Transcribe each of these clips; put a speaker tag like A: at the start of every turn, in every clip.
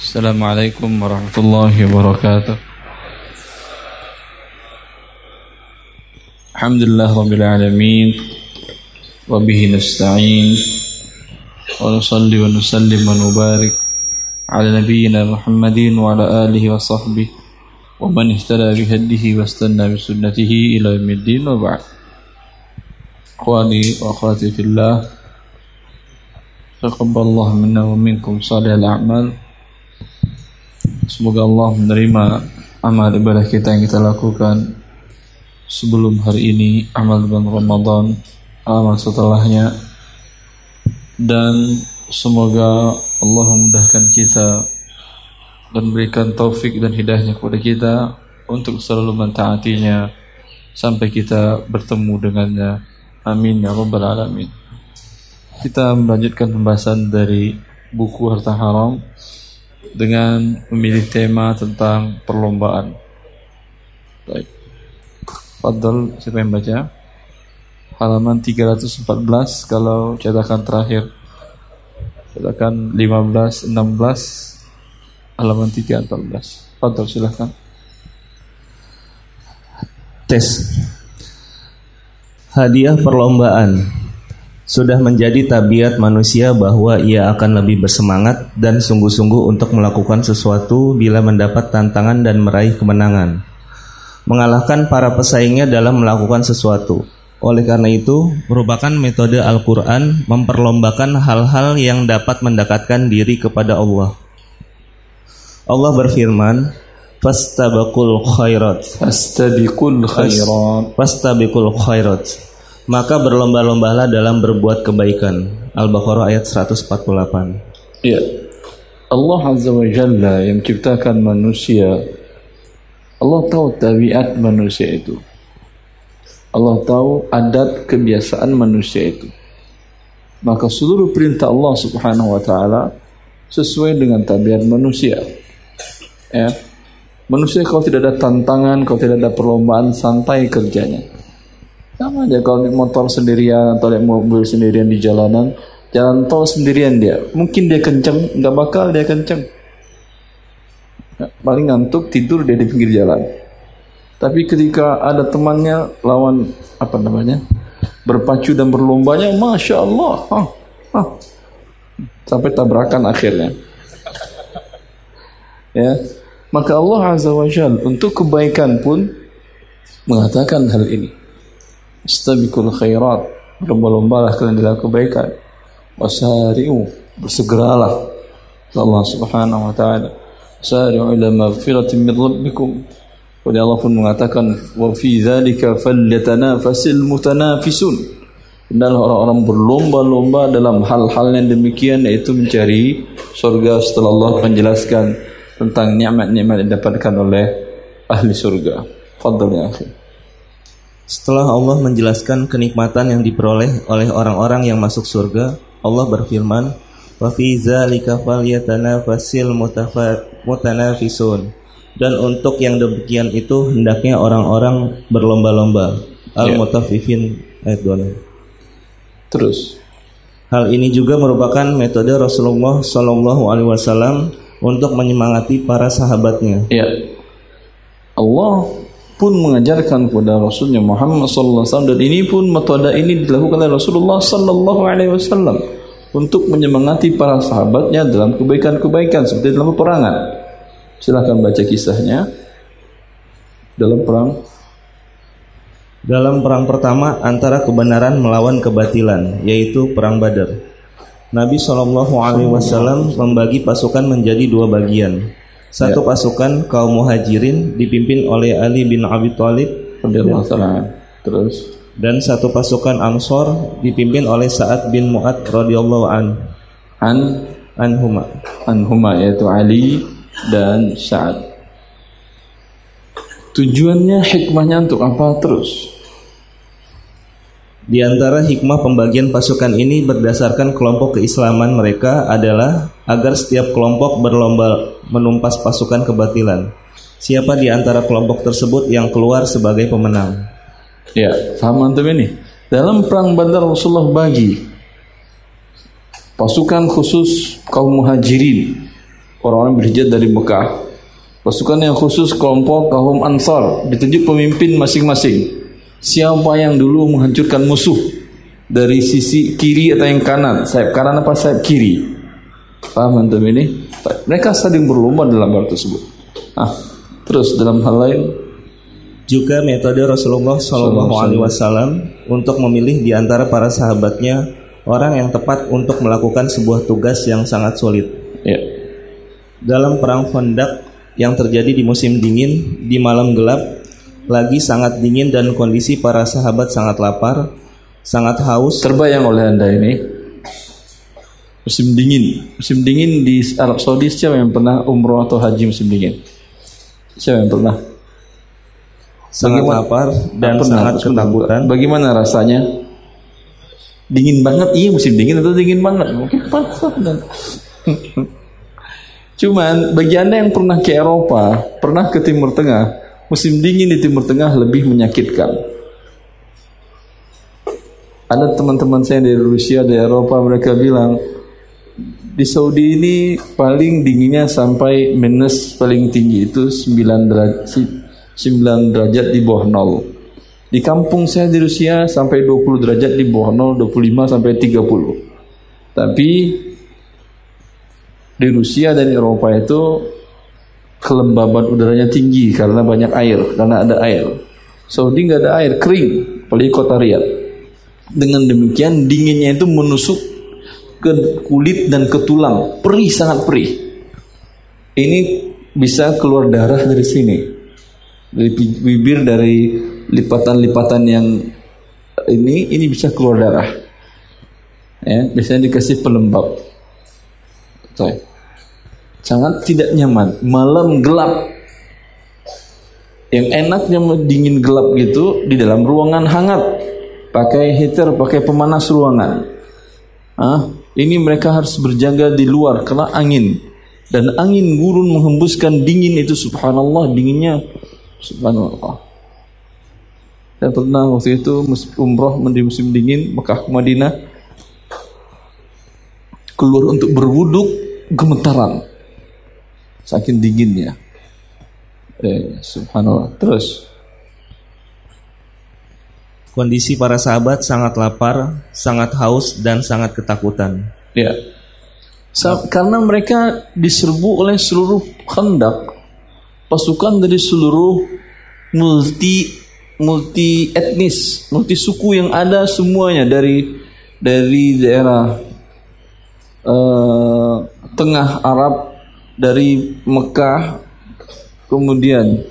A: Assalamualaikum warahmatullahi wabarakatuh. Alhamdulillah rabbil alamin wa bihi nasta'in wa nusalli wa nusallim wa nubarik ala nabiyyina Muhammadin wa ala alihi wa sahbihi wa man ihtada bihadihi wa istanna bi sunnatihi ila yaumiddin wa ba'd. Ikhwani wa akhwati fillah, taqabbalallahu minna wa minkum salihal a'mal. Semoga Allah menerima amal ibadah kita yang kita lakukan sebelum hari ini, amal bulan Ramadan, amal setelahnya, dan semoga Allah memudahkan kita dan berikan taufik dan hidayahnya kepada kita untuk selalu mentaatinya sampai kita bertemu dengannya. Amin ya rabbal alamin. Kita melanjutkan pembahasan dari buku Harta Haram dengan memilih tema tentang perlombaan. Baik. Fadhal, siapa yang baca? Halaman 314 kalau cetakan terakhir. Cetakan 15, 16, halaman 314. Fadhal, silakan.
B: Tes. Hadiah perlombaan. Sudah menjadi tabiat manusia bahwa ia akan lebih bersemangat dan sungguh-sungguh untuk melakukan sesuatu bila mendapat tantangan dan meraih kemenangan, mengalahkan para pesaingnya dalam melakukan sesuatu. Oleh karena itu, merupakan metode Al-Quran memperlombakan hal-hal yang dapat mendekatkan diri kepada Allah. Allah berfirman, Fastabiqul khairat. Maka berlomba-lombalah dalam berbuat kebaikan. Al-Baqarah ayat 148.
A: Ya. Allah Azza wa Jalla yang menciptakan manusia, Allah tahu tabiat manusia itu. Allah tahu adat kebiasaan manusia itu. Maka seluruh perintah Allah Subhanahu wa taala sesuai dengan tabiat manusia. Ya. Manusia kalau tidak ada tantangan, kalau tidak ada perlombaan, santai kerjanya. Sama aja kalau naik motor sendirian atau naik mobil sendirian di jalanan, jalan tol sendirian dia. Mungkin dia kenceng, nggak bakal dia kenceng. Paling ngantuk, tidur dia di pinggir jalan. Tapi ketika ada temannya lawan berpacu dan berlombanya, masya Allah, sampai tabrakan akhirnya. Ya, maka Allah Azza wa Jalla untuk kebaikan pun mengatakan hal ini. Istabiqul khairat, berlomba-lombalah kalian dalam kebaikan. Wasari'u, bersegeralah. Allah Subhanahu wa taala, sari'u ila maghfiratin min rabbikum. Dan Allah pun mengatakan, wa fi dzalika falyatanafasil mutanafisun. Dan orang-orang berlomba-lomba dalam hal-hal yang demikian, yaitu mencari surga setelah Allah menjelaskan tentang nikmat-nikmat yang didapatkan oleh ahli surga. Fadhal ya akhi.
B: Setelah Allah menjelaskan kenikmatan yang diperoleh oleh orang-orang yang masuk surga, Allah berfirman, "Wa fi dzalika falyatanafasil mutanafisun." Dan untuk yang demikian itu hendaknya orang-orang berlomba-lomba. Al-Mutaffifin ayat 2.
A: Terus,
B: hal ini juga merupakan metode Rasulullah SAW untuk menyemangati para sahabatnya.
A: Ya, Allah pun mengajarkan kepada Rasulnya Muhammad SAW, dan ini pun metode ini dilakukan oleh Rasulullah SAW untuk menyemangati para sahabatnya dalam kebaikan-kebaikan seperti dalam peperangan. Silahkan baca kisahnya dalam perang
B: pertama antara kebenaran melawan kebatilan, yaitu perang Badar. Nabi SAW membagi pasukan menjadi dua bagian. Satu pasukan kaum Muhajirin dipimpin oleh Ali bin Abi Thalib
A: terus,
B: dan satu pasukan Ansor dipimpin oleh Sa'ad bin Mu'adz radhiyallahu
A: anhuma, yaitu Ali dan Sa'ad. Tujuannya, hikmahnya untuk apa? Terus,
B: di antara hikmah pembagian pasukan ini berdasarkan kelompok keislaman mereka adalah agar setiap kelompok berlomba menumpas pasukan kebatilan. Siapa di antara kelompok tersebut yang keluar sebagai pemenang?
A: Ya, paham antum ini? Dalam perang Badar Rasulullah bagi pasukan khusus kaum Muhajirin orang-orang berhijrah dari Mekah. Pasukan yang khusus kelompok kaum Ansar, ditunjuk pemimpin masing-masing. Siapa yang dulu menghancurkan musuh dari sisi kiri atau yang kanan, sayap kanan apa sayap kiri? Paham antum ini? Mereka saling berlomba dalam hal tersebut. Terus dalam hal lain
B: juga metode Rasulullah SAW untuk memilih di antara para sahabatnya orang yang tepat untuk melakukan sebuah tugas yang sangat sulit.
A: Ya.
B: Dalam perang Khandaq yang terjadi di musim dingin, di malam gelap, lagi sangat dingin dan kondisi para sahabat sangat lapar, sangat haus.
A: Terbayang oleh Anda ini musim dingin di Arab Saudi. Siapa yang pernah umroh atau haji musim dingin? Siapa yang pernah?
B: Sangat lapar dan sangat ketakutan.
A: Bagaimana rasanya? Dingin banget, iya musim dingin atau dingin banget? Mungkin panas. Cuman bagi Anda yang pernah ke Eropa, pernah ke Timur Tengah, musim dingin di Timur Tengah lebih menyakitkan. Ada teman-teman saya dari Rusia, dari Eropa, mereka bilang di Saudi ini paling dinginnya sampai minus, paling tinggi itu 9 derajat di bawah 0. Di kampung saya di Rusia sampai 20 derajat di bawah 0, 25 sampai 30. Tapi di Rusia dan Eropa itu kelembaban udaranya tinggi karena banyak air, karena ada air. Saudi nggak ada air, kering, apalagi kota Riyadh. Dengan demikian dinginnya itu menusuk ke kulit dan ke tulang, perih, sangat perih. Ini bisa keluar darah dari sini, dari bibir, dari lipatan-lipatan yang ini bisa keluar darah. Ya, biasanya dikasih pelembab. Sangat tidak nyaman. Malam gelap. Yang enaknya dingin gelap gitu di dalam ruangan hangat. Pakai heater, pakai pemanas ruangan. Ini mereka harus berjaga di luar karena angin. Dan angin gurun menghembuskan dingin itu, subhanallah, dinginnya subhanallah. Saya pernah waktu itu umroh di musim dingin Mekah Madinah, keluar untuk berwuduk, gemetaran saking dinginnya. Subhanallah. Terus
B: kondisi para sahabat sangat lapar, sangat haus, dan sangat ketakutan.
A: Ya, karena mereka diserbu oleh seluruh Khandaq, pasukan dari seluruh multi etnis, multi suku yang ada semuanya dari daerah tengah Arab, dari Mekah, kemudian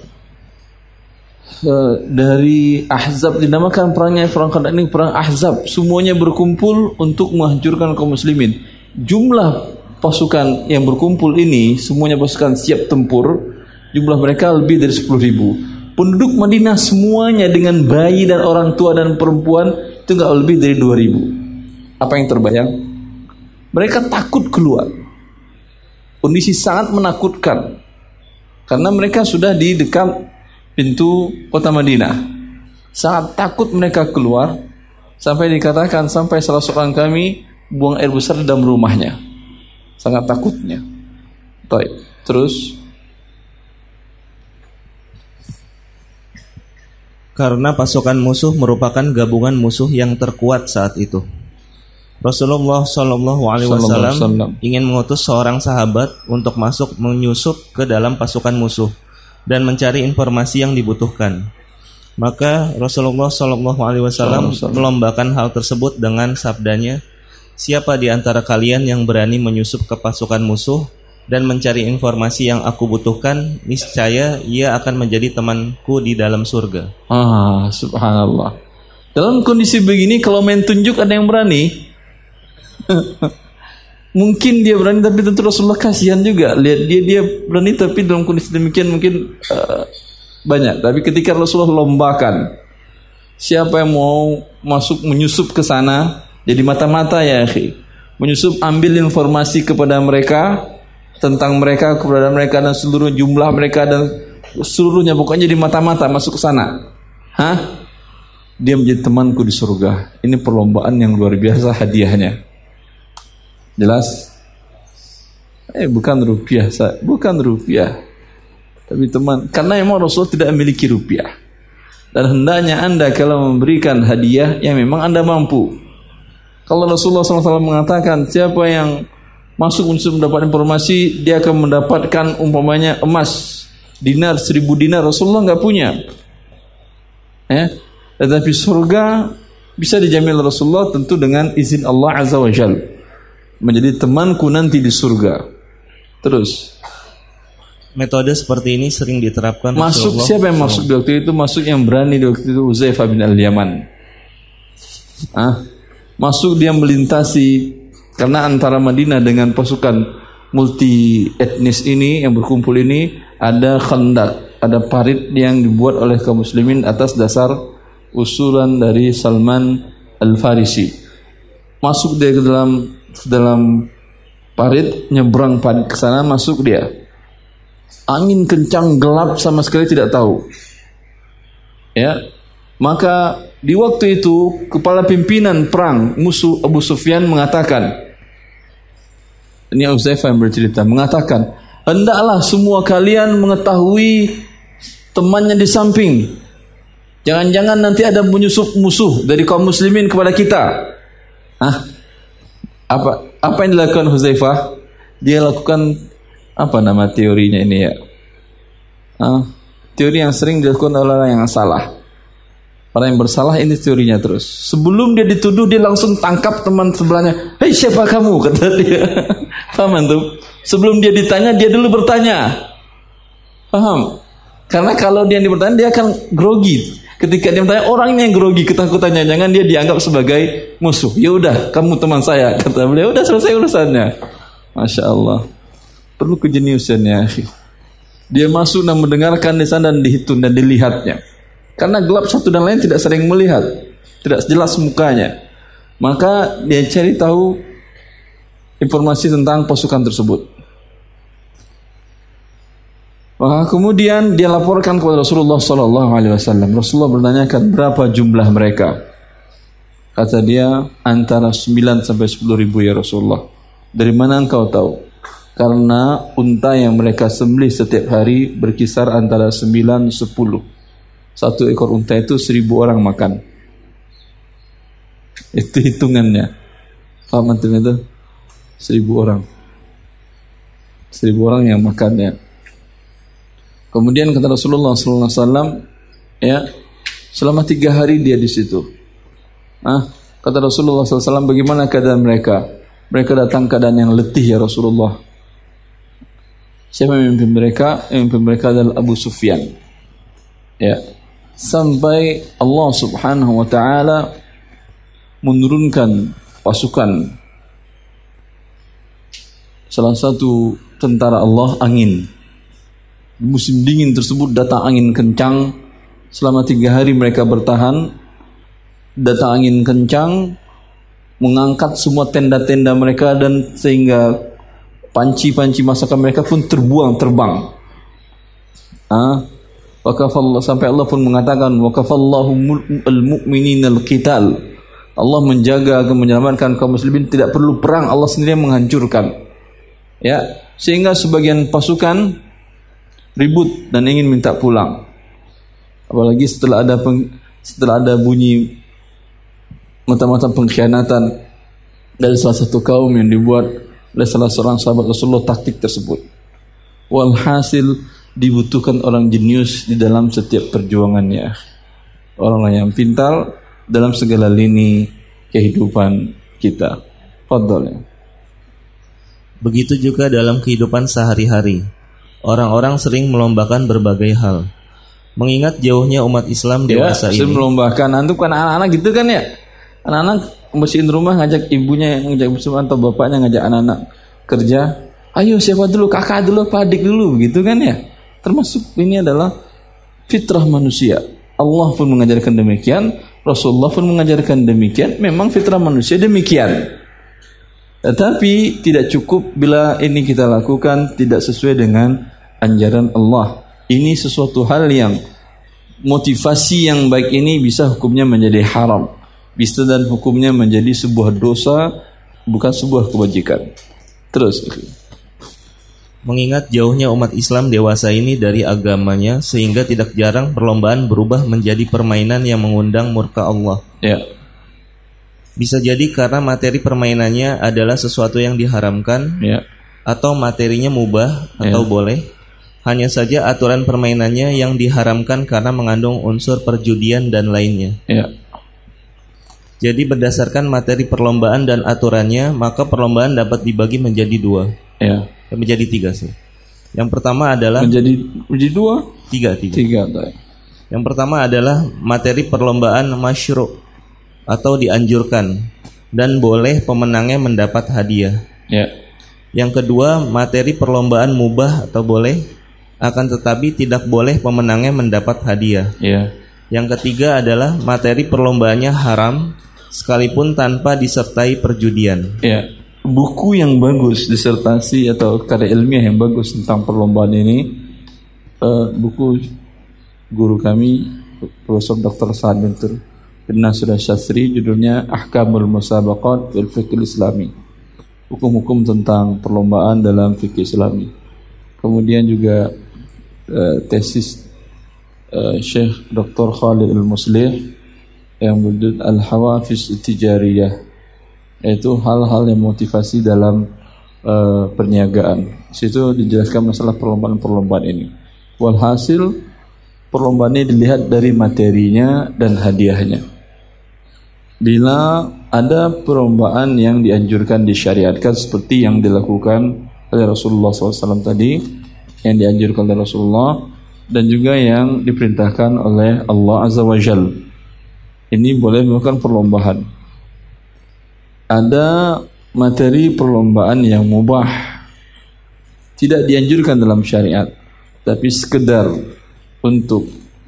A: dari Ahzab, dinamakan perang Khandaq ini perang Ahzab. Semuanya berkumpul untuk menghancurkan kaum muslimin. Jumlah pasukan yang berkumpul ini semuanya pasukan siap tempur. Jumlah mereka lebih dari 10.000. Penduduk Madinah semuanya dengan bayi dan orang tua dan perempuan itu enggak lebih dari 2.000. Apa yang terbayang? Mereka takut keluar. Kondisi sangat menakutkan. Karena mereka sudah di dekat pintu kota Madinah. Sangat takut mereka keluar, sampai dikatakan sampai salah seorang kami buang air besar di dalam rumahnya. Sangat takutnya. Baik, terus
B: karena pasukan musuh merupakan gabungan musuh yang terkuat saat itu. Rasulullah SAW ingin mengutus seorang sahabat untuk masuk menyusup ke dalam pasukan musuh dan mencari informasi yang dibutuhkan. Maka Rasulullah SAW melombakan hal tersebut dengan sabdanya, siapa di antara kalian yang berani menyusup ke pasukan musuh dan mencari informasi yang aku butuhkan, niscaya ia akan menjadi temanku di dalam surga.
A: Subhanallah. Dalam kondisi begini, kalau main tunjuk ada yang berani? Mungkin dia berani, tapi tentu Rasulullah kasihan juga. Lihat dia berani, tapi dalam kondisi demikian mungkin banyak. Tapi ketika Rasulullah lombakan, siapa yang mau masuk menyusup ke sana, jadi mata-mata ya, akhi. Menyusup, ambil informasi kepada mereka, tentang mereka, kepada mereka dan seluruh jumlah mereka dan seluruhnya, pokoknya jadi mata-mata masuk ke sana. Dia menjadi temanku di surga. Ini perlombaan yang luar biasa hadiahnya. Jelas? Bukan rupiah, bukan rupiah. Tapi teman, karena memang Rasulullah tidak memiliki rupiah. Dan hendaknya Anda kalau memberikan hadiah yang memang Anda mampu. Kalau Rasulullah SAW mengatakan siapa yang masuk untuk mendapat informasi, dia akan mendapatkan umpamanya emas dinar 1000 dinar. Rasulullah nggak punya. Tetapi surga bisa dijamin Rasulullah tentu dengan izin Allah Azza wa Jalla. Menjadi temanku nanti di surga. Terus
B: metode seperti ini sering diterapkan
A: masuk. Siapa yang masuk di waktu itu? Masuk yang berani di waktu itu Huzaifah bin Al-Yaman. Masuk dia melintasi, karena antara Madinah dengan pasukan multi etnis ini yang berkumpul ini ada khandak, ada parit yang dibuat oleh kaum muslimin atas dasar usulan dari Salman Al-Farisi. Masuk dia ke dalam parit, nyebrang parit ke sana, masuk dia. Angin kencang, gelap, sama sekali tidak tahu. Maka di waktu itu kepala pimpinan perang musuh Abu Sufyan mengatakan, ini Uzaifah yang bercerita, mengatakan, hendaklah semua kalian mengetahui temannya di samping. Jangan-jangan nanti ada menyusup musuh dari kaum muslimin kepada kita. Apa yang dilakukan Huzaifah? Dia lakukan apa nama teorinya ini ya? Teori yang sering dilakukan oleh orang yang salah. Orang yang bersalah ini teorinya terus. Sebelum dia dituduh, dia langsung tangkap teman sebelahnya. Hei, siapa kamu? Kata dia. Paham antum? Sebelum dia ditanya, dia dulu bertanya. Paham? Karena kalau dia bertanya, dia akan grogi. Ketika dia bertanya, orang ini yang grogi ketakutannya, jangan dia dianggap sebagai musuh. Ya udah, kamu teman saya, kata beliau. Udah selesai urusannya. Masya Allah. Perlu kejeniusan ya. Dia masuk dan mendengarkan di sana dan dihitung dan dilihatnya. Karena gelap satu dan lain tidak sering melihat, tidak jelas mukanya. Maka dia cari tahu informasi tentang pasukan tersebut. Maka kemudian dia laporkan kepada Rasulullah SAW. Rasulullah bertanyakan berapa jumlah mereka. Kata dia antara 9 sampai 10 ribu ya Rasulullah. Dari mana engkau tahu? Karena unta yang mereka sembelih setiap hari berkisar antara 9-10. Satu ekor unta itu 1000 orang makan. Itu hitungannya. Paham antum itu? 1000 orang. 1000 orang yang makannya. Kemudian kata Rasulullah SAW, selama 3 hari dia di situ. Kata Rasulullah SAW, bagaimana keadaan mereka? Mereka datang keadaan yang letih ya Rasulullah. Siapa yang memimpin mereka? Yang memimpin mereka adalah Abu Sufyan. Sampai Allah Subhanahu Wa Taala menurunkan pasukan. Salah satu tentara Allah angin. Di musim dingin tersebut datang angin kencang. Selama 3 hari mereka bertahan. Datang angin kencang, mengangkat semua tenda-tenda mereka, dan sehingga panci-panci masakan mereka pun terbang. Sampai Allah pun mengatakan, wakafallahu al-mu'minin al-qital. Allah menjaga agar menyelamatkan kaum muslimin, tidak perlu perang, Allah sendiri yang menghancurkan. Sehingga sebagian pasukan ribut dan ingin minta pulang. Apalagi setelah ada bunyi macam-macam pengkhianatan dari salah satu kaum yang dibuat oleh salah seorang sahabat Rasulullah, taktik tersebut. Walhasil dibutuhkan orang jenius di dalam setiap perjuangannya. Orang yang pintar dalam segala lini kehidupan kita. Fadhal.
B: Begitu juga dalam kehidupan sehari-hari. Orang-orang sering melombakan berbagai hal. Mengingat jauhnya umat Islam dewasa ini.
A: Melombakan. Antum kan anak-anak gitu kan ya? Anak-anak bersihin rumah, ngajak ibunya yang ngajak bersama atau bapaknya ngajak anak-anak kerja. Ayo siapa dulu, kakak dulu, apa adik dulu, begitu kan ya? Termasuk ini adalah fitrah manusia. Allah pun mengajarkan demikian, Rasulullah pun mengajarkan demikian. Memang fitrah manusia demikian. Tetapi tidak cukup bila ini kita lakukan tidak sesuai dengan anjuran Allah. Ini sesuatu hal yang motivasi yang baik ini bisa hukumnya menjadi haram, bisa dan hukumnya menjadi sebuah dosa, bukan sebuah kebajikan. Terus
B: Mengingat jauhnya umat Islam dewasa ini dari agamanya, sehingga tidak jarang perlombaan berubah menjadi permainan yang mengundang murka Allah.
A: Ya.
B: Bisa jadi karena materi permainannya adalah sesuatu yang diharamkan,
A: Ya.
B: atau materinya mubah atau boleh. Hanya saja aturan permainannya yang diharamkan karena mengandung unsur perjudian dan lainnya.
A: Ya.
B: Jadi berdasarkan materi perlombaan dan aturannya, maka perlombaan dapat dibagi menjadi dua.
A: Ya.
B: Menjadi tiga sih. Yang pertama adalah
A: menjadi dua?
B: Tiga. Yang pertama adalah materi perlombaan masyru' atau dianjurkan dan boleh pemenangnya mendapat hadiah.
A: Ya.
B: Yang kedua, materi perlombaan mubah atau boleh, akan tetapi tidak boleh pemenangnya mendapat hadiah.
A: Ya.
B: Yang ketiga adalah materi perlombaannya haram sekalipun tanpa disertai perjudian.
A: Ya. Buku yang bagus, disertasi atau karya ilmiah yang bagus tentang perlombaan ini, buku guru kami Profesor Dr. Sa'ad bin Nasir Syastri, judulnya Ahkamul Musabaqat fil Fiqh Islami, hukum-hukum tentang perlombaan dalam fikih Islami. Kemudian juga tesis Syekh Dr. Khalid Al-Muslih yang berjudul Al-Hawafiz Tijariyah, yaitu hal-hal yang motivasi dalam perniagaan. Di situ dijelaskan masalah perlombaan-perlombaan ini. Walhasil perlombaan ini dilihat dari materinya dan hadiahnya. Bila ada perlombaan yang dianjurkan, disyariatkan seperti yang dilakukan oleh Rasulullah SAW tadi, yang dianjurkan oleh Rasulullah, dan juga yang diperintahkan oleh Allah Azza wa Jalla, ini boleh melakukan perlombaan. Ada materi perlombaan yang mubah, tidak dianjurkan dalam syariat, tapi sekedar untuk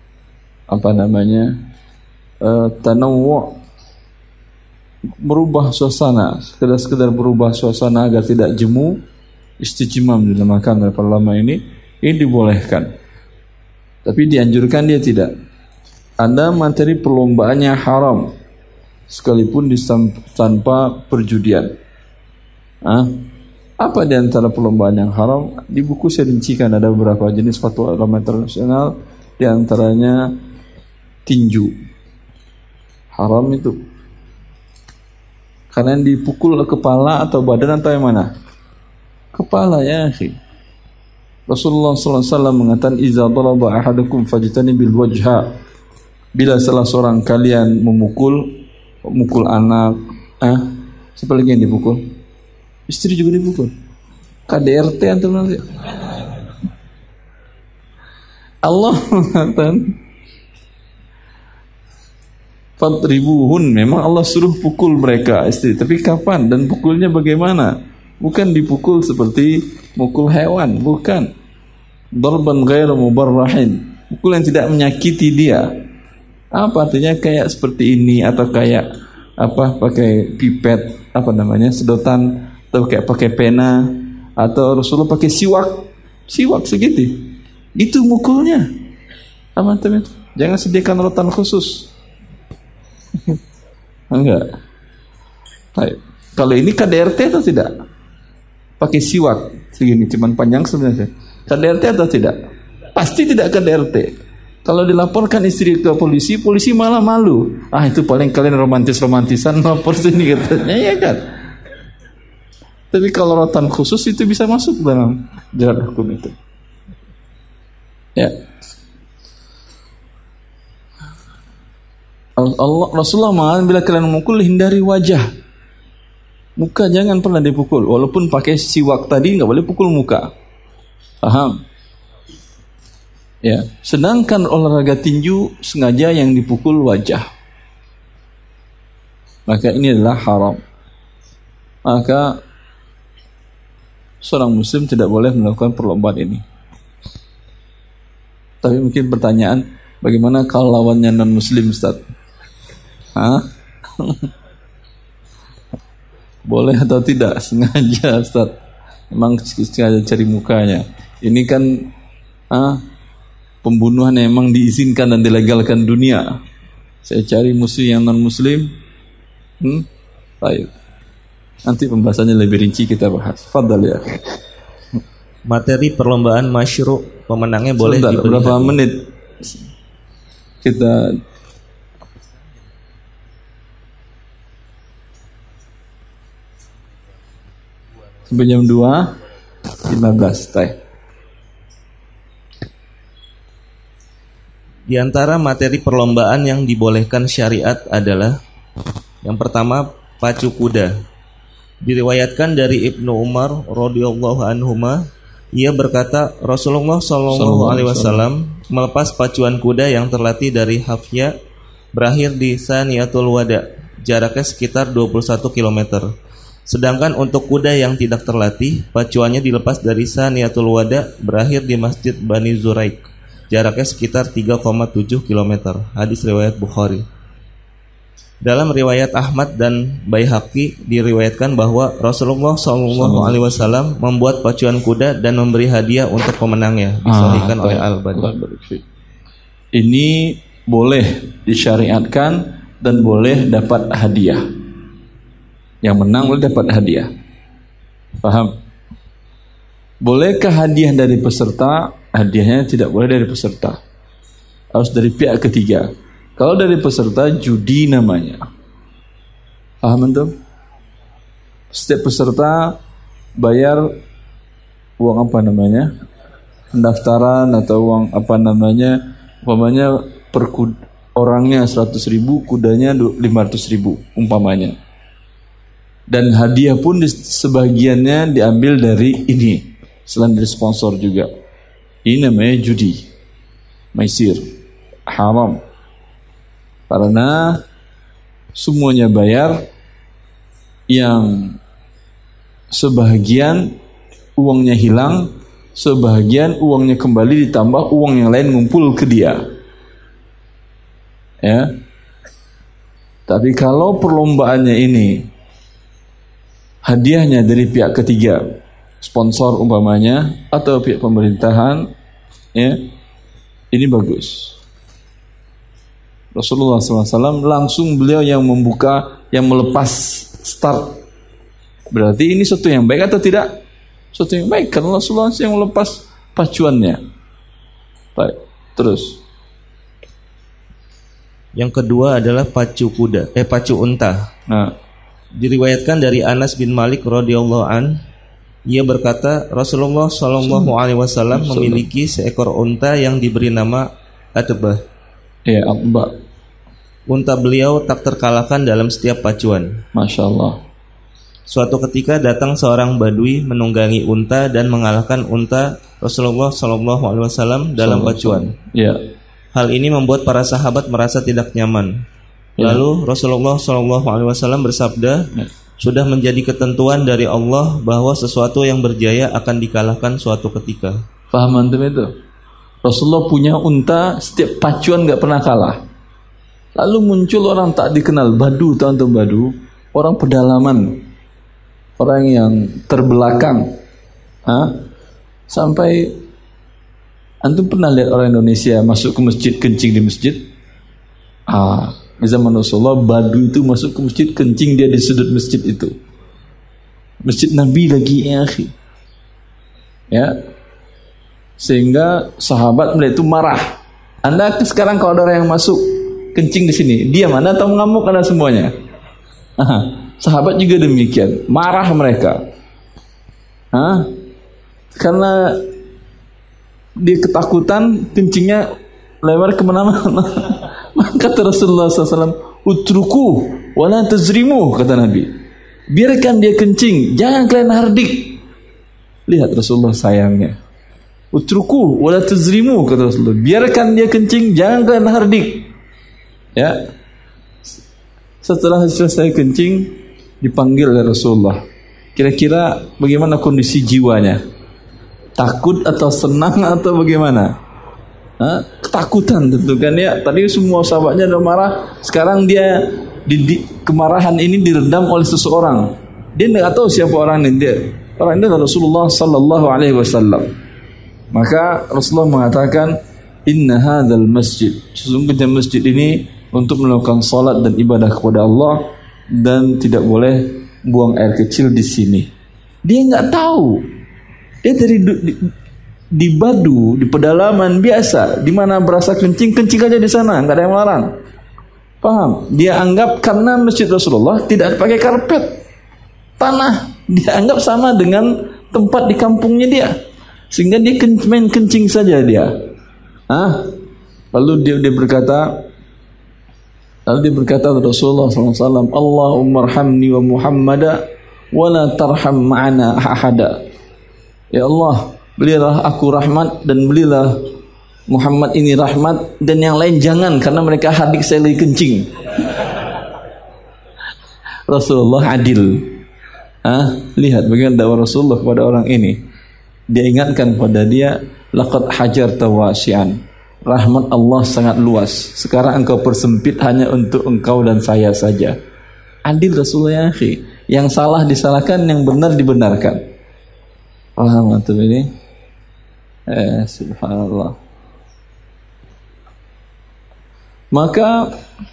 A: tanawwu', merubah suasana, sekedar berubah suasana agar tidak jemu, istijmam dinamakan oleh para ulama ini dibolehkan. Tapi dianjurkan dia tidak. Ada materi perlombaannya haram sekalipun tanpa perjudian. Apa di antara perlombaan yang haram? Di buku saya rincikan ada beberapa jenis fatwa ulama internasional, di antaranya tinju. Haram itu. Karena yang dipukul kepala atau badan atau yang mana? Kepala, ya akhi. Rasulullah SAW mengatakan, "Iza daraba ahadukum fajtanibil wajha." Bila salah seorang kalian memukul anak, siapa lagi yang dipukul? Istri juga dipukul. KDRT antum nanti. Allah mengatakan, "Fadribuhun." Memang Allah suruh pukul mereka istri, tapi kapan dan pukulnya bagaimana? Bukan dipukul seperti mukul hewan, bukan. Darban ghairu mubarrahin, pukul yang tidak menyakiti dia. Apa artinya? Kayak seperti ini, atau kayak pakai pipet, sedotan, atau kayak pakai pena, atau Rasulullah pakai siwak segitu. Itu mukulnya. Teman-teman, jangan sediakan rotan khusus. Enggak. Baik. Kalau ini KDRT atau tidak? Pakai siwak segini, cuman panjang sebenarnya. KDRT atau tidak? Pasti tidak KDRT. Kalau dilaporkan istri ke polisi, polisi malah malu. Itu paling kalian romantisan lapor sini katanya, ya kan? Tapi kalau rotan khusus itu bisa masuk dalam jerat hukum itu. Ya. Rasulullah mengatakan, bila kalian memukul, hindari wajah. Muka jangan pernah dipukul. Walaupun pakai siwak tadi, nggak boleh pukul muka. Paham? Ya. Sedangkan olahraga tinju sengaja yang dipukul wajah, maka ini adalah haram. Maka seorang muslim tidak boleh melakukan perlombaan ini. Tapi mungkin pertanyaan, bagaimana kalau lawannya non muslim, Ustaz? Boleh atau tidak? Sengaja, Ustaz. Memang sengaja cari mukanya. Ini kan pembunuhan yang memang diizinkan dan dilegalkan dunia. Saya cari musuh yang non muslim. Baik. Nanti pembahasannya lebih rinci kita bahas. Fadhal ya.
B: Materi perlombaan masyru', pemenangnya boleh diberi
A: berapa
B: hadiah.
A: menit kita sampai jam 2:15 teh.
B: Di antara materi perlombaan yang dibolehkan syariat adalah yang pertama, pacu kuda. Diriwayatkan dari Ibnu Umar radhiyallahu anhuma, ia berkata, Rasulullah sallallahu alaihi wasallam melepas pacuan kuda yang terlatih dari Hafya berakhir di Saniyatul Wada, jaraknya sekitar 21 km. Sedangkan untuk kuda yang tidak terlatih, pacuannya dilepas dari Saniyatul Wada berakhir di Masjid Bani Zuraik, jaraknya sekitar 3,7 km. Hadis riwayat Bukhari. Dalam riwayat Ahmad dan Baihaqi diriwayatkan bahwa Rasulullah SAW membuat pacuan kuda dan memberi hadiah untuk pemenangnya. Disahihkan oleh Al-Albani.
A: Ini boleh disyariatkan dan boleh dapat hadiah. Yang menang boleh dapat hadiah. Paham? Bolehkah hadiah dari peserta? Hadiahnya tidak boleh dari peserta, harus dari pihak ketiga. Kalau dari peserta, judi namanya. Paham antum? Setiap peserta bayar uang apa namanya? Pendaftaran atau uang apa namanya? Umpamanya per orangnya 100.000, kudanya 500.000 umpamanya. Dan hadiah pun sebagiannya diambil dari ini, selain dari sponsor juga. Ini namanya judi, maisir, haram. Karena semuanya bayar, yang sebahagian uangnya hilang, sebahagian uangnya kembali ditambah uang yang lain ngumpul ke dia. Ya. Tapi kalau perlombaannya ini hadiahnya dari pihak ketiga, sponsor umpamanya atau pihak pemerintahan, ya, ini bagus. Rasulullah SAW langsung beliau yang membuka, yang melepas start. Berarti ini sesuatu yang baik atau tidak? Sesuatu yang baik karena Rasulullah yang melepas pacuannya. Baik, terus.
B: Yang kedua adalah pacu unta.
A: Nah,
B: diriwayatkan dari Anas bin Malik radhiyallahu an, ia berkata, Rasulullah sallallahu alaihi wasallam memiliki seekor unta yang diberi nama Atbah.
A: Ya, Atbah.
B: Unta beliau tak terkalahkan dalam setiap pacuan.
A: Masya Allah.
B: Suatu ketika datang seorang badui menunggangi unta dan mengalahkan unta Rasulullah sallallahu alaihi wasallam dalam pacuan.
A: Ya.
B: Hal ini membuat para sahabat merasa tidak nyaman. Lalu Rasulullah sallallahu alaihi wasallam bersabda, sudah menjadi ketentuan dari Allah bahwa sesuatu yang berjaya akan dikalahkan suatu ketika.
A: Paham antum itu? Rasulullah punya unta, setiap pacuan gak pernah kalah. Lalu muncul orang tak dikenal, badu, tahu antum badu? Orang pedalaman, orang yang terbelakang. Sampai antum pernah lihat orang Indonesia masuk ke masjid kencing di masjid? Di zaman Rasulullah, badu itu masuk ke masjid, kencing dia di sudut masjid itu. Masjid Nabi lagi, ya akhi. Ya. Sehingga sahabat melihat itu marah. Anda sekarang kalau ada orang yang masuk kencing di sini, dia mana atau mengamuk Anda semuanya? Sahabat juga demikian, marah mereka. Karena dia ketakutan, kencingnya lewat kemana-mana. Maka kata Rasulullah SAW, utruku wala tazrimu, kata Nabi, biarkan dia kencing, jangan kalian hardik. Lihat Rasulullah sayangnya. Utruku wala tazrimu, kata Rasulullah, biarkan dia kencing, jangan kalian hardik. Ya. Setelah selesai kencing, dipanggil oleh Rasulullah. Kira-kira bagaimana kondisi jiwanya? Takut atau senang atau bagaimana? Ketakutan tentu kan ya. Tadi semua sahabatnya udah marah, sekarang dia kemarahan ini diredam oleh seseorang. Dia tidak tahu siapa orang ini. Orang ini adalah Rasulullah sallallahu alaihi wasallam. Maka Rasulullah mengatakan, inna hadzal masjid, sesungguhnya masjid ini untuk melakukan salat dan ibadah kepada Allah, dan tidak boleh buang air kecil di sini. Dia nggak tahu Dia di badu, di pedalaman biasa, di mana berasa kencing aja di sana, nggak ada yang melarang. Paham? Dia anggap karena masjid Rasulullah tidak pakai karpet, tanah, dia anggap sama dengan tempat di kampungnya dia, sehingga dia main kencing saja dia. Lalu dia berkata Rasulullah SAW, Allahumma arhamni wa Muhammada wa la tarham ma'ana ahada. Ya Allah, berilah aku rahmat dan berilah Muhammad ini rahmat, dan yang lain jangan, karena mereka hadik saya lagi kencing. Rasulullah adil. Lihat bagaimana dakwah Rasulullah kepada orang ini. Dia ingatkan pada dia, laqad hajarta wasi'an. Rahmat Allah sangat luas. Sekarang engkau persempit hanya untuk engkau dan saya saja. Adil Rasulullah, ya akhi. Yang salah disalahkan, yang benar dibenarkan. Paham antum ini? Subhanallah. Maka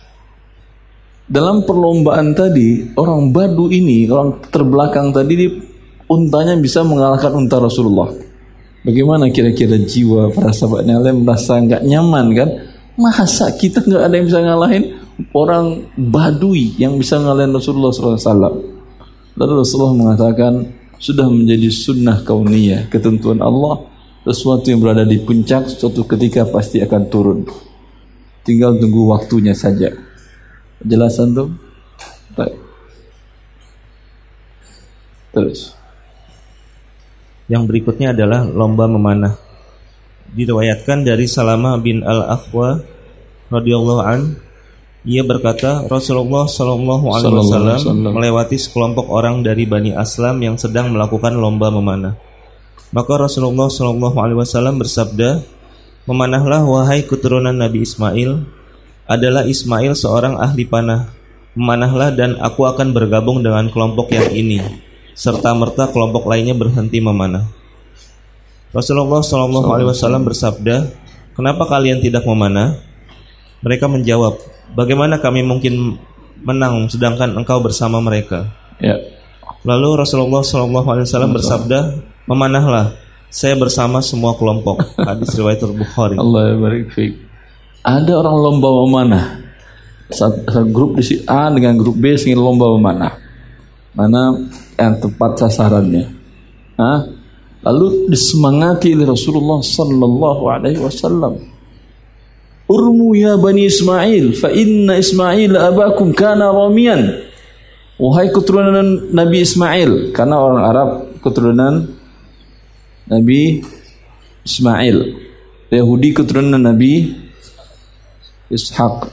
A: dalam perlombaan tadi, orang Badu ini, orang terbelakang tadi, untanya bisa mengalahkan unta Rasulullah. Bagaimana kira-kira jiwa para sahabatnya merasa nggak nyaman kan? Masa kita nggak ada yang bisa ngalahin orang Badui yang bisa ngalahin Rasulullah SAW? Lalu Rasulullah mengatakan, sudah menjadi sunnah kauniyah, ketentuan Allah, sesuatu yang berada di puncak suatu ketika pasti akan turun. Tinggal tunggu waktunya saja. Jelasan tuh? Baik. Terus.
B: Yang berikutnya adalah lomba memanah. Diriwayatkan dari Salamah bin Al-Akhwa radhiyallahu an, ia berkata, Rasulullah sallallahu alaihi wasallam melewati sekelompok orang dari Bani Aslam yang sedang melakukan lomba memanah. Maka Rasulullah sallallahu alaihi wasallam bersabda, memanahlah wahai keturunan Nabi Ismail, adalah Ismail seorang ahli panah. Memanahlah dan aku akan bergabung dengan kelompok yang ini. Serta merta kelompok lainnya berhenti memanah. Rasulullah SAW bersabda, kenapa kalian tidak memanah? Mereka menjawab, bagaimana kami mungkin menang sedangkan engkau bersama mereka?
A: Ya.
B: Lalu Rasulullah SAW bersabda, memanahlah, saya bersama semua kelompok. Hadis riwayat Bukhari.
A: Allah barik fiik. Ada orang lomba memanah. Satu grup di si A dengan grup B ingin lomba memanah. Mana yang tepat sasarannya? Lalu disemangati oleh Rasulullah sallallahu alaihi wasallam. Urmu ya Bani Ismail, fa inna Ismail abakum kana ramiyan. Wahai keturunan Nabi Ismail, karena orang Arab keturunan Nabi Ismail. Yahudi keturunan Nabi Ishaq.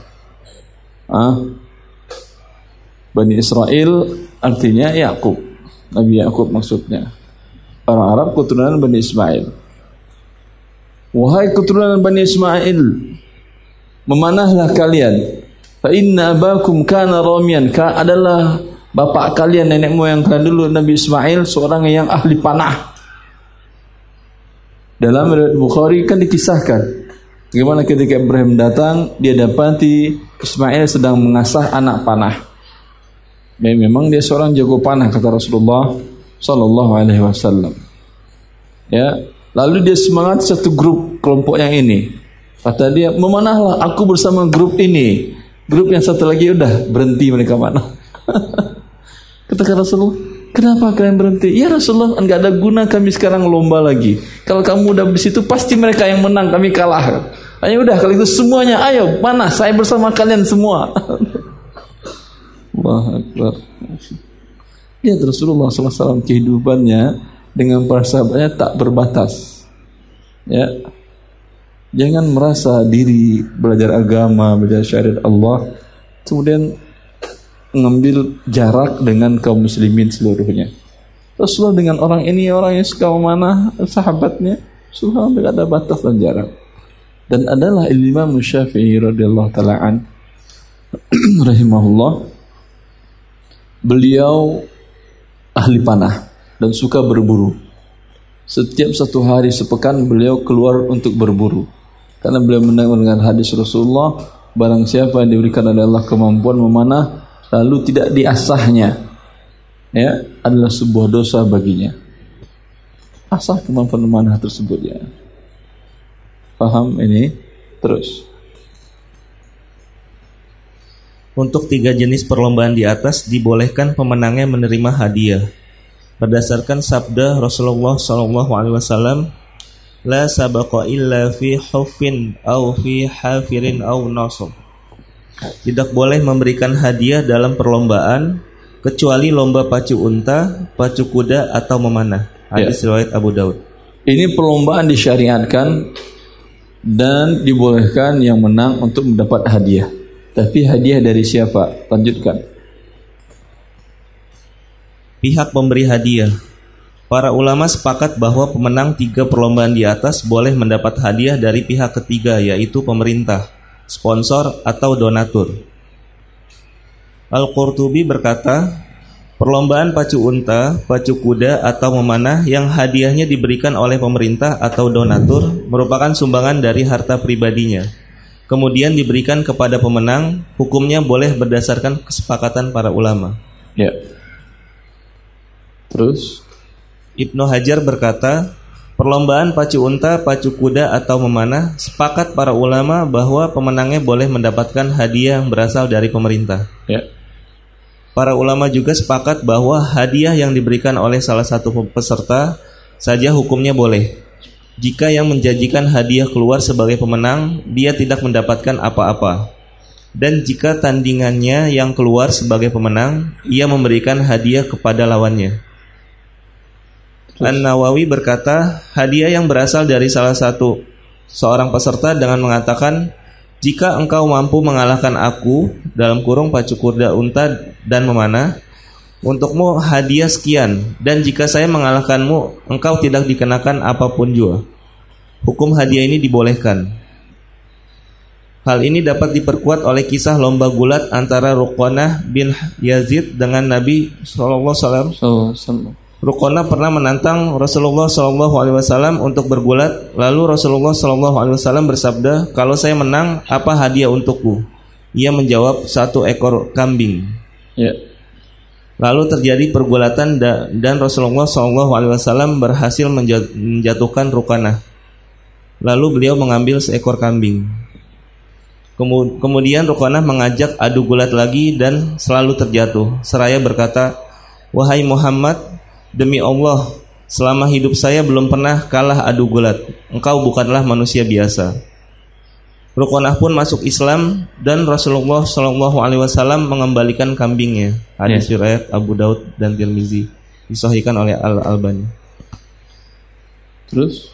A: Bani Israel artinya Yakub, Nabi Yakub maksudnya. Orang Arab keturunan Bani Ismail. Wahai keturunan Bani Ismail, memanahlah kalian. Fa inna abakum kana ramiyan, adalah bapak kalian, nenek moyang kalian dulu Nabi Ismail seorang yang ahli panah. Dalam riwayat Bukhari kan dikisahkan bagaimana ketika Ibrahim datang, dia dapati Ismail sedang mengasah anak panah. Memang dia seorang jago panah, kata Rasulullah sallallahu alaihi wasallam. Ya, lalu dia semangat satu grup kelompok yang ini. Kata dia, memanahlah aku bersama grup ini. Grup yang satu lagi udah berhenti mereka panah. Kata Rasulullah, kenapa kalian berhenti? Ya Rasulullah, enggak ada guna kami sekarang lomba lagi. Kalau kamu udah di situ pasti mereka yang menang, kami kalah. Ayo udah kalau itu semuanya, ayo panah, saya bersama kalian semua. Allahu Akbar. Lihat Rasulullah SAW kehidupannya dengan para sahabatnya tak berbatas. Ya, jangan merasa diri belajar agama, belajar syariat Allah, kemudian mengambil jarak dengan kaum muslimin seluruhnya. Rasulullah dengan orang ini, orang yang suka memanah sahabatnya, Rasulullah tidak ada batas dan jarak. Dan adalah Imam Syafi'i radhiyallahu taala an rahimahullah. Beliau ahli panah dan suka berburu. Setiap satu hari sepekan beliau keluar untuk berburu. Karena beliau mendengar hadis Rasulullah, barang siapa yang diberikan oleh Allah kemampuan memanah lalu tidak diasahnya, ya, adalah sebuah dosa baginya. Asah kemampuan memanah tersebut ya. Paham ini? Terus.
B: Untuk 3 jenis perlombaan di atas dibolehkan pemenangnya menerima hadiah. Berdasarkan sabda Rasulullah SAW, la sabaqa illa fi huffin au fi hafirin au nasab. Tidak boleh memberikan hadiah dalam perlombaan kecuali lomba pacu unta, pacu kuda atau memanah. Hadis riwayat Abu Daud.
A: Ini perlombaan disyariatkan dan dibolehkan yang menang untuk mendapat hadiah. Tapi hadiah dari siapa? Lanjutkan.
B: Pihak pemberi hadiah. Para ulama sepakat bahwa pemenang 3 perlombaan di atas boleh mendapat hadiah dari pihak ketiga, yaitu pemerintah, sponsor, atau donatur. Al-Qurtubi berkata, perlombaan pacu unta, pacu kuda, atau memanah yang hadiahnya diberikan oleh pemerintah atau donatur merupakan sumbangan dari harta pribadinya. Kemudian diberikan kepada pemenang, hukumnya boleh berdasarkan kesepakatan para ulama.
A: Ya. Terus
B: Ibnu Hajar berkata, perlombaan pacu unta, pacu kuda, atau memanah, sepakat para ulama bahwa pemenangnya boleh mendapatkan hadiah yang berasal dari pemerintah.
A: ya.
B: Para ulama juga sepakat bahwa hadiah yang diberikan oleh salah satu peserta saja hukumnya boleh. Jika yang menjanjikan hadiah keluar sebagai pemenang, dia tidak mendapatkan apa-apa. Dan jika tandingannya yang keluar sebagai pemenang, ia memberikan hadiah kepada lawannya. An-Nawawi berkata, hadiah yang berasal dari salah satu seorang peserta dengan mengatakan, jika engkau mampu mengalahkan aku, dalam kurung pacu kuda, unta, dan memanah, untukmu hadiah sekian, dan jika saya mengalahkanmu, engkau tidak dikenakan apapun juga. Hukum hadiah ini dibolehkan. Hal ini dapat diperkuat oleh kisah lomba gulat antara Ruqanah bin Yazid dengan Nabi SAW. Ruqanah pernah menantang Rasulullah SAW untuk bergulat. Lalu Rasulullah SAW bersabda, kalau saya menang, apa hadiah untukku? Ia menjawab, 1 ekor kambing.
A: Ya.
B: Lalu terjadi pergulatan dan Rasulullah SAW berhasil menjatuhkan Ruqanah. Lalu beliau mengambil seekor kambing. Kemudian Ruqanah mengajak adu gulat lagi dan selalu terjatuh. Seraya berkata, wahai Muhammad, demi Allah, selama hidup saya belum pernah kalah adu gulat. Engkau bukanlah manusia biasa. Ruqanah pun masuk Islam dan Rasulullah SAW mengembalikan kambingnya. Hadis riwayat Abu Daud dan Tirmizi, disahihkan oleh Al-Albani.
A: Terus?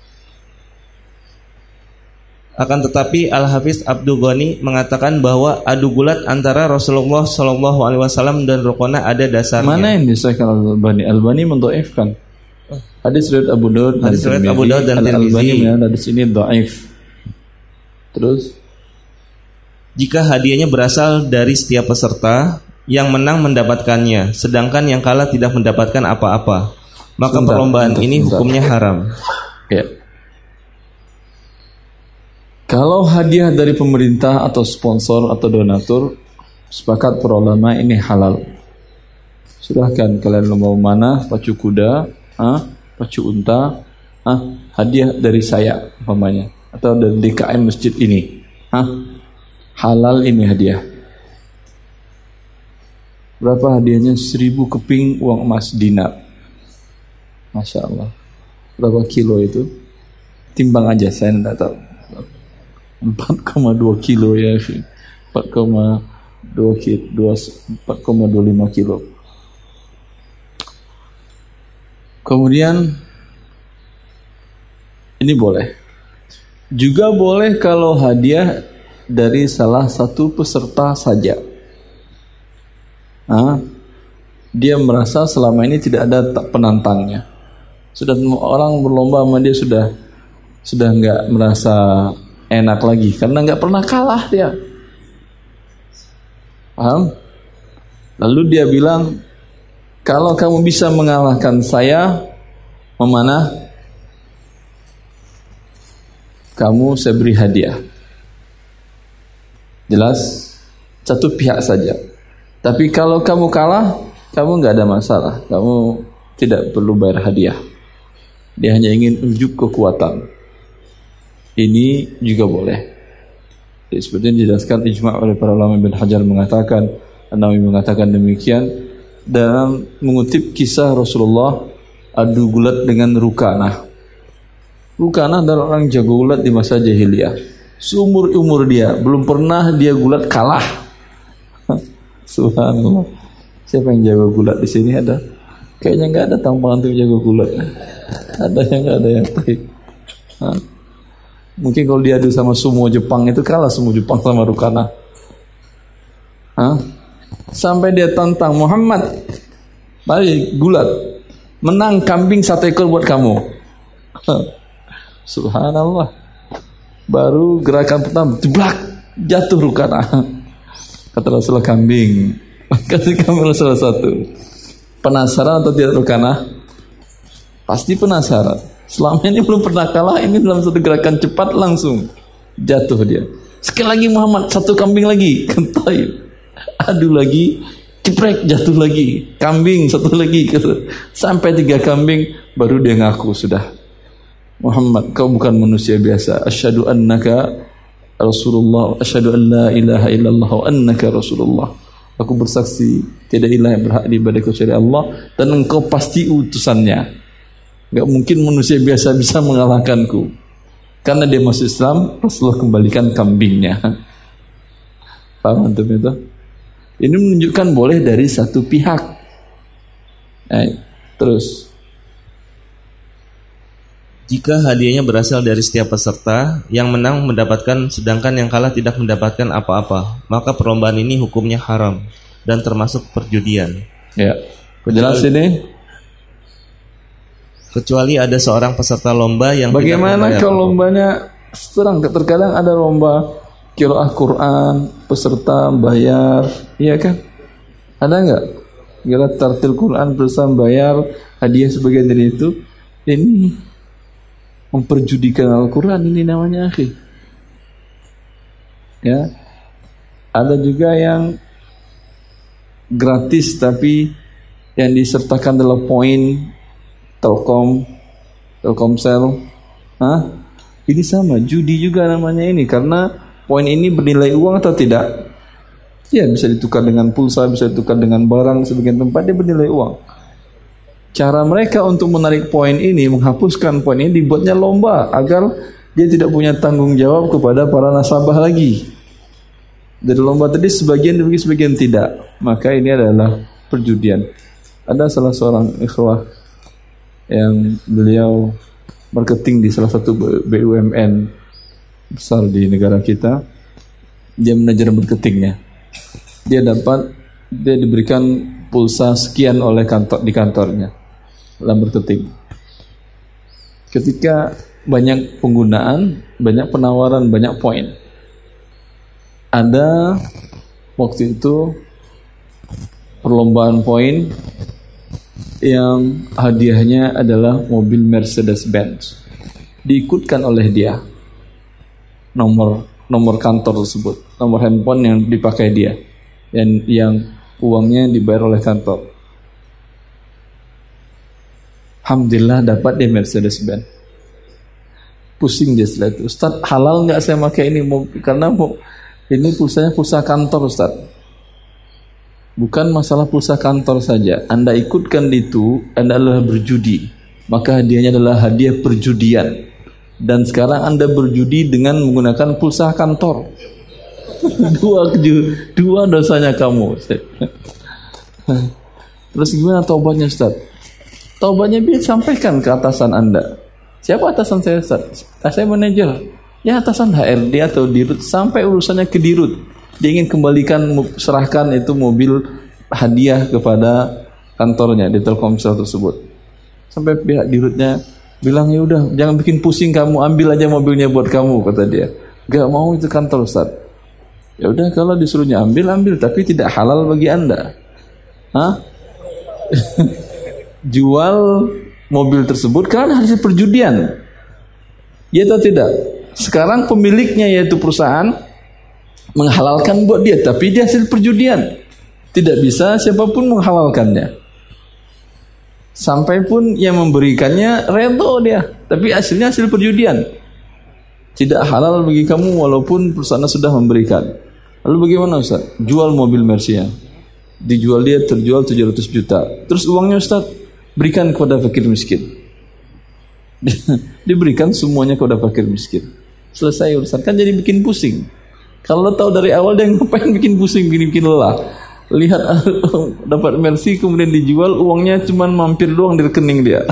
B: Akan tetapi Al-Hafiz Abdul Ghani mengatakan bahwa adu gulat antara Rasulullah SAW dan Ruqanah ada dasarnya.
A: Mana yang disahihkan Al-Albani? Albani mendhaifkan. Hadis riwayat Abu Daud dan Tirmizi. Al-Albani menyatakan hadis ini dhaif. Terus,
B: jika hadiahnya berasal dari setiap peserta, yang menang mendapatkannya, sedangkan yang kalah tidak mendapatkan apa-apa, maka perlombaan ini hukumnya haram.
A: Ya. Kalau hadiah dari pemerintah atau sponsor atau donatur, sepakat para ulama ini halal. Silahkan kalian lomba mana, pacu kuda, pacu unta, hadiah dari saya umpamanya, atau dari DKM masjid ini, halal ini hadiah. Berapa hadiahnya? 1000 keping uang emas dinar. Masya Allah. Berapa kilo itu? Timbang aja, saya tidak tahu. 4,2 kilo ya, 4,25 kilo. Kemudian ini boleh. Juga boleh kalau hadiah dari salah satu peserta saja. Dia merasa selama ini tidak ada penantangnya. Sudah orang berlomba sama dia sudah nggak merasa enak lagi karena nggak pernah kalah dia. Paham? Lalu dia bilang, kalau kamu bisa mengalahkan saya memanah, kamu saya beri hadiah. Jelas? Satu pihak saja. Tapi kalau kamu kalah, kamu nggak ada masalah. Kamu tidak perlu bayar hadiah. Dia hanya ingin unjuk kekuatan. Ini juga boleh. Jadi, seperti yang dijelaskan ijma' oleh para ulama. Ibn Hajar mengatakan, An-Nawawi mengatakan demikian dalam mengutip kisah Rasulullah adu gulat dengan Rukanah. Rukanah adalah orang jago gulat di masa jahiliyah. Seumur umur dia belum pernah dia gulat kalah. Subhanallah. Siapa yang jago gulat di sini ada? Kayaknya nggak ada tampangan tuh jago gulat. Ada yang nggak ada yang baik. Mungkin kalau diadu sama sumo Jepang itu kalah sumo Jepang sama Rukanah. Sampai dia tantang Muhammad, balik gulat, menang kambing 1 ekor buat kamu. Subhanallah. Baru gerakan pertama, jeblak, jatuh Rukanah. Kata Rasulullah kambing. Kasih kambing salah satu. Penasaran atau tidak Rukanah? Pasti penasaran. Selama ini belum pernah kalah, ini dalam satu gerakan cepat langsung jatuh dia. Sekali lagi Muhammad, 1 kambing lagi, kentai, adu lagi, ceprek, jatuh lagi, kambing 1 lagi, sampai 3 kambing, baru dia ngaku sudah. Muhammad, kau bukan manusia biasa. Asyhadu annaka Rasulullah, asyhadu an la ilaha illallah wa annaka Rasulullah. Aku bersaksi tiada ilah yang berhak diibadahi kecuali Allah dan engkau pasti utusannya. Gak mungkin manusia biasa bisa mengalahkanku. Karena dia masuk Islam, Rasulullah kembalikan kambingnya. Paham antum itu? Ini menunjukkan boleh dari satu pihak. Terus,
B: jika hadiahnya berasal dari setiap peserta, yang menang mendapatkan sedangkan yang kalah tidak mendapatkan apa-apa, maka perlombaan ini hukumnya haram dan termasuk perjudian.
A: Ya, jelas ini.
B: Kecuali ada seorang peserta lomba yang
A: bagaimana kalau lombanya terkadang ada lomba qiraah Quran, peserta bayar, iya kan? Ada enggak? Qiraat tartil Quran peserta bayar, hadiah sebagian dari itu. Ini memperjudikan Al-Quran, ini namanya akhi. Ya. Ada juga yang gratis tapi yang disertakan adalah poin Telkomsel. Ini sama, judi juga namanya ini, karena poin ini bernilai uang atau tidak? Ya, bisa ditukar dengan pulsa, bisa ditukar dengan barang, sebagian tempat dia bernilai uang. Cara mereka untuk menarik poin ini, menghapuskan poin ini, dibuatnya lomba agar dia tidak punya tanggung jawab kepada para nasabah lagi. Dari lomba tadi sebagian dibagi, sebagian tidak. Maka ini adalah perjudian. Ada salah seorang ikhwah yang beliau marketing di salah satu BUMN besar di negara kita. Dia manajer marketingnya. Dia diberikan pulsa sekian oleh di kantornya dalam marketing. Ketika banyak penggunaan, banyak penawaran, banyak poin. Ada waktu itu perlombaan poin yang hadiahnya adalah mobil Mercedes-Benz. Diikutkan oleh dia nomor kantor tersebut, nomor handphone yang dipakai dia, dan yang uangnya dibayar oleh kantor. Alhamdulillah dapat dia Mercedes-Benz. Pusing dia setelah itu, Ustaz, halal nggak saya pakai ini? Karena ini pulsanya pulsa kantor, Ustaz. Bukan masalah pulsa kantor saja. Anda ikutkan itu, Anda adalah berjudi. Maka hadiahnya adalah hadiah perjudian. Dan sekarang Anda berjudi dengan menggunakan pulsa kantor. Dua dosanya kamu. Terus gimana taubatnya, Ustaz? Taubatnya dia sampaikan ke atasan Anda. Siapa atasan saya, Ustaz? Saya manajer. Ya, atasan HRD atau dirut, sampai urusannya ke dirut. Dia ingin kembalikan, serahkan itu mobil hadiah kepada kantornya di Telkomsel tersebut. Sampai pihak dirutnya bilang, ya udah jangan bikin pusing kamu, ambil aja mobilnya buat kamu, kata dia. Gak mau, itu kantor, Ustaz. Ya udah, kalau disuruhnya ambil, tapi tidak halal bagi Anda. Jual mobil tersebut karena hasil perjudian. Ya atau tidak? Sekarang pemiliknya yaitu perusahaan menghalalkan buat dia, tapi dia hasil perjudian. Tidak bisa siapapun menghalalkannya. Sampai pun yang memberikannya redo dia, tapi hasilnya hasil perjudian. Tidak halal bagi kamu walaupun perusahaan sudah memberikan. Lalu bagaimana Ustaz? Jual mobil Mercy-nya. Dijual dia terjual 700 juta. Terus uangnya Ustaz berikan kepada fakir miskin. Diberikan semuanya kepada fakir miskin. Selesai urusan. Kan jadi bikin pusing. Kalau tahu dari awal dia ngapain bikin pusing, bikin lelah. Lihat dapat Mercy kemudian dijual, uangnya cuma mampir doang di rekening dia.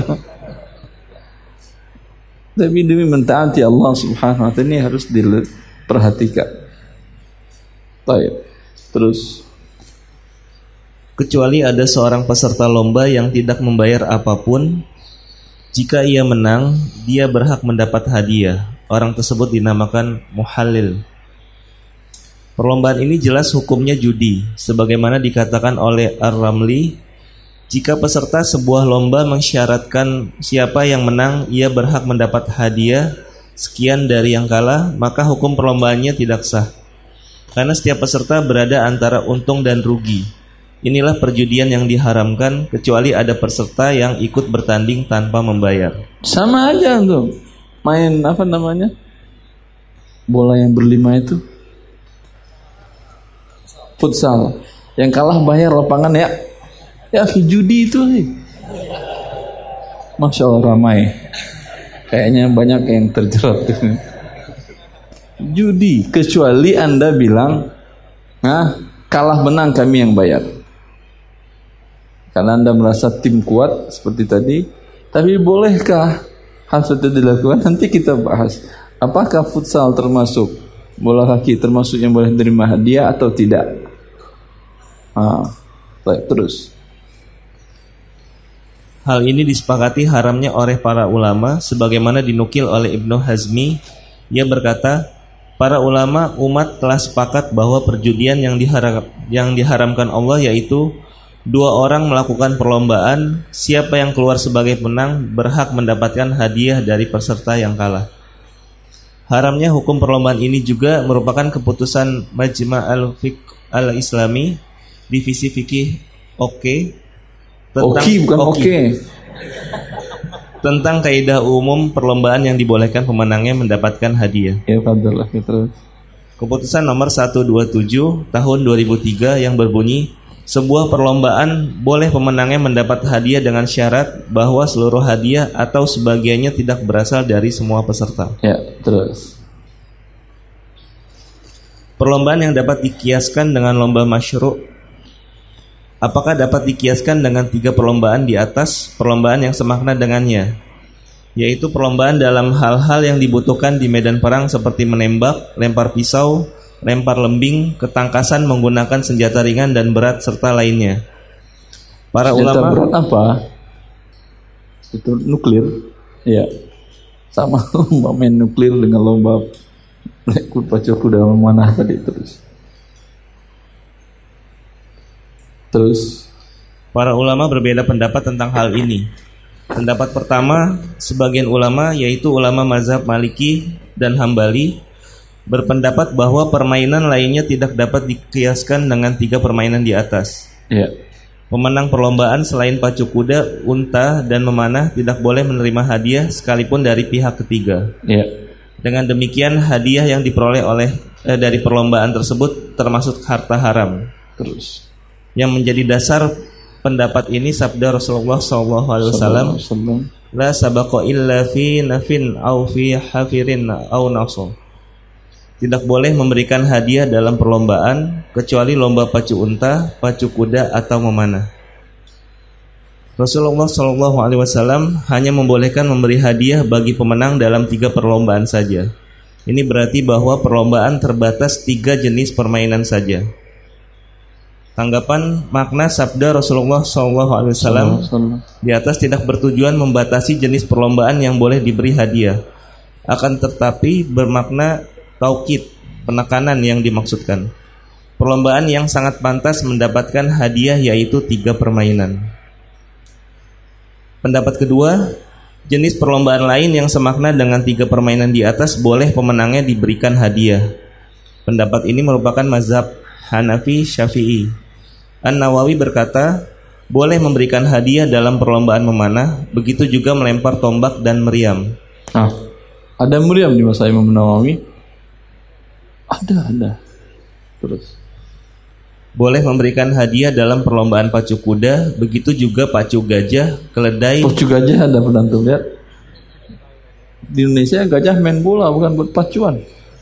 A: Tapi demi mentaati Allah Subhanahu wa taala ini harus diperhatikan. Baik. Terus
B: kecuali ada seorang peserta lomba yang tidak membayar apapun, jika ia menang, dia berhak mendapat hadiah. Orang tersebut dinamakan muhallil. Perlombaan ini jelas hukumnya judi, sebagaimana dikatakan oleh Ar-Ramli, jika peserta sebuah lomba mensyaratkan siapa yang menang, ia berhak mendapat hadiah sekian dari yang kalah, maka hukum perlombaannya tidak sah. Karena setiap peserta berada antara untung dan rugi. Inilah perjudian yang diharamkan, kecuali ada peserta yang ikut bertanding tanpa membayar.
A: Sama aja tuh, main apa namanya? Bola yang berlima itu. Futsal, yang kalah bayar lapangan ya judi itu sih. Masya Allah ramai, kayaknya banyak yang terjerat judi, kecuali Anda bilang kalah menang kami yang bayar, karena Anda merasa tim kuat seperti tadi. Tapi bolehkah hal seperti dilakukan? Nanti kita bahas apakah futsal termasuk bola kaki, termasuk yang boleh menerima hadiah atau tidak. Baik, terus.
B: Hal ini disepakati haramnya oleh para ulama, sebagaimana dinukil oleh Ibnu Hazmi. Ia berkata, para ulama umat telah sepakat bahwa perjudian yang diharamkan Allah yaitu dua orang melakukan perlombaan, siapa yang keluar sebagai penang berhak mendapatkan hadiah dari peserta yang kalah. Haramnya hukum perlombaan ini juga merupakan keputusan Majma' al-Fiqh al-Islami, divisi fikih tentang kaidah umum perlombaan yang dibolehkan pemenangnya mendapatkan hadiah.
A: Ya, fadhillah, terus.
B: Keputusan nomor 127 tahun 2003 yang berbunyi, sebuah perlombaan boleh pemenangnya mendapat hadiah dengan syarat bahwa seluruh hadiah atau sebagiannya tidak berasal dari semua peserta.
A: Ya, terus.
B: Perlombaan yang dapat dikiaskan dengan lomba masyru'. Apakah dapat dikiaskan dengan 3 perlombaan di atas perlombaan yang semakna dengannya, yaitu perlombaan dalam hal-hal yang dibutuhkan di medan perang seperti menembak, lempar pisau, lempar lembing, ketangkasan menggunakan senjata ringan dan berat serta lainnya. Para
A: senjata
B: ulama
A: berat apa? Itu nuklir. Ya. Sama lomba main nuklir dengan lomba ikut pacu kuda memanah tadi. Terus
B: para ulama berbeda pendapat tentang hal ini. Pendapat pertama, sebagian ulama yaitu ulama mazhab Maliki dan Hambali berpendapat bahwa permainan lainnya tidak dapat dikiaskan dengan 3 permainan di atas.
A: Ya.
B: Pemenang perlombaan selain pacu kuda, unta, dan memanah tidak boleh menerima hadiah sekalipun dari pihak ketiga.
A: Ya.
B: Dengan demikian hadiah yang diperoleh dari perlombaan tersebut termasuk harta haram.
A: Terus
B: yang menjadi dasar pendapat ini sabda Rasulullah SAW, la sabaqa illa fi nafin au fi hafirin au nasr. Tidak boleh memberikan hadiah dalam perlombaan kecuali lomba pacu unta, pacu kuda atau memanah. Rasulullah SAW hanya membolehkan memberi hadiah bagi pemenang dalam 3 perlombaan saja. Ini berarti bahwa perlombaan terbatas 3 jenis permainan saja. Tanggapan makna sabda Rasulullah SAW di atas tidak bertujuan membatasi jenis perlombaan yang boleh diberi hadiah, akan tetapi bermakna taukid, penekanan yang dimaksudkan. Perlombaan yang sangat pantas mendapatkan hadiah yaitu 3 permainan. Pendapat kedua, jenis perlombaan lain yang semakna dengan 3 permainan di atas boleh pemenangnya diberikan hadiah. Pendapat ini merupakan mazhab Hanafi Syafi'i. An-Nawawi berkata, Boleh memberikan hadiah dalam perlombaan memanah, begitu juga melempar tombak dan meriam.
A: Nah, ada meriam di masa Imam Nawawi? Ada. Terus.
B: Boleh memberikan hadiah dalam perlombaan pacu kuda, begitu juga pacu gajah, keledai.
A: Pacu gajah ada pernah tuh lihat? Di Indonesia gajah main bola bukan buat pacuan.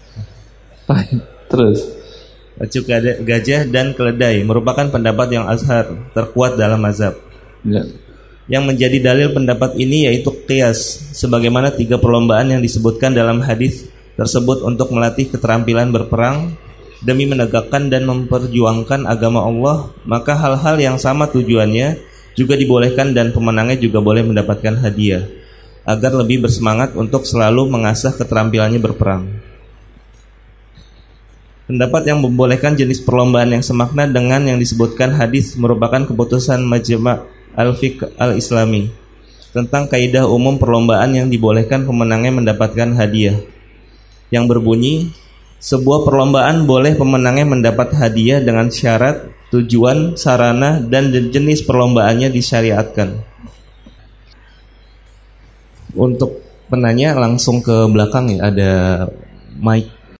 A: Terus.
B: Pacu gajah dan keledai merupakan pendapat yang azhar, terkuat dalam mazhab.
A: Ya.
B: Yang menjadi dalil pendapat ini yaitu qiyas, sebagaimana 3 perlombaan yang disebutkan dalam hadis tersebut untuk melatih keterampilan berperang demi menegakkan dan memperjuangkan agama Allah, maka hal-hal yang sama tujuannya juga dibolehkan dan pemenangnya juga boleh mendapatkan hadiah agar lebih bersemangat untuk selalu mengasah keterampilannya berperang. Pendapat yang membolehkan jenis perlombaan yang semakna dengan yang disebutkan hadis merupakan keputusan Majma' al-Fiqh al-Islami tentang kaidah umum perlombaan yang dibolehkan pemenangnya mendapatkan hadiah, yang berbunyi, sebuah perlombaan boleh pemenangnya mendapat hadiah dengan syarat, tujuan, sarana, dan jenis perlombaannya disyariatkan. Untuk penanya langsung ke belakang ya, ada mic.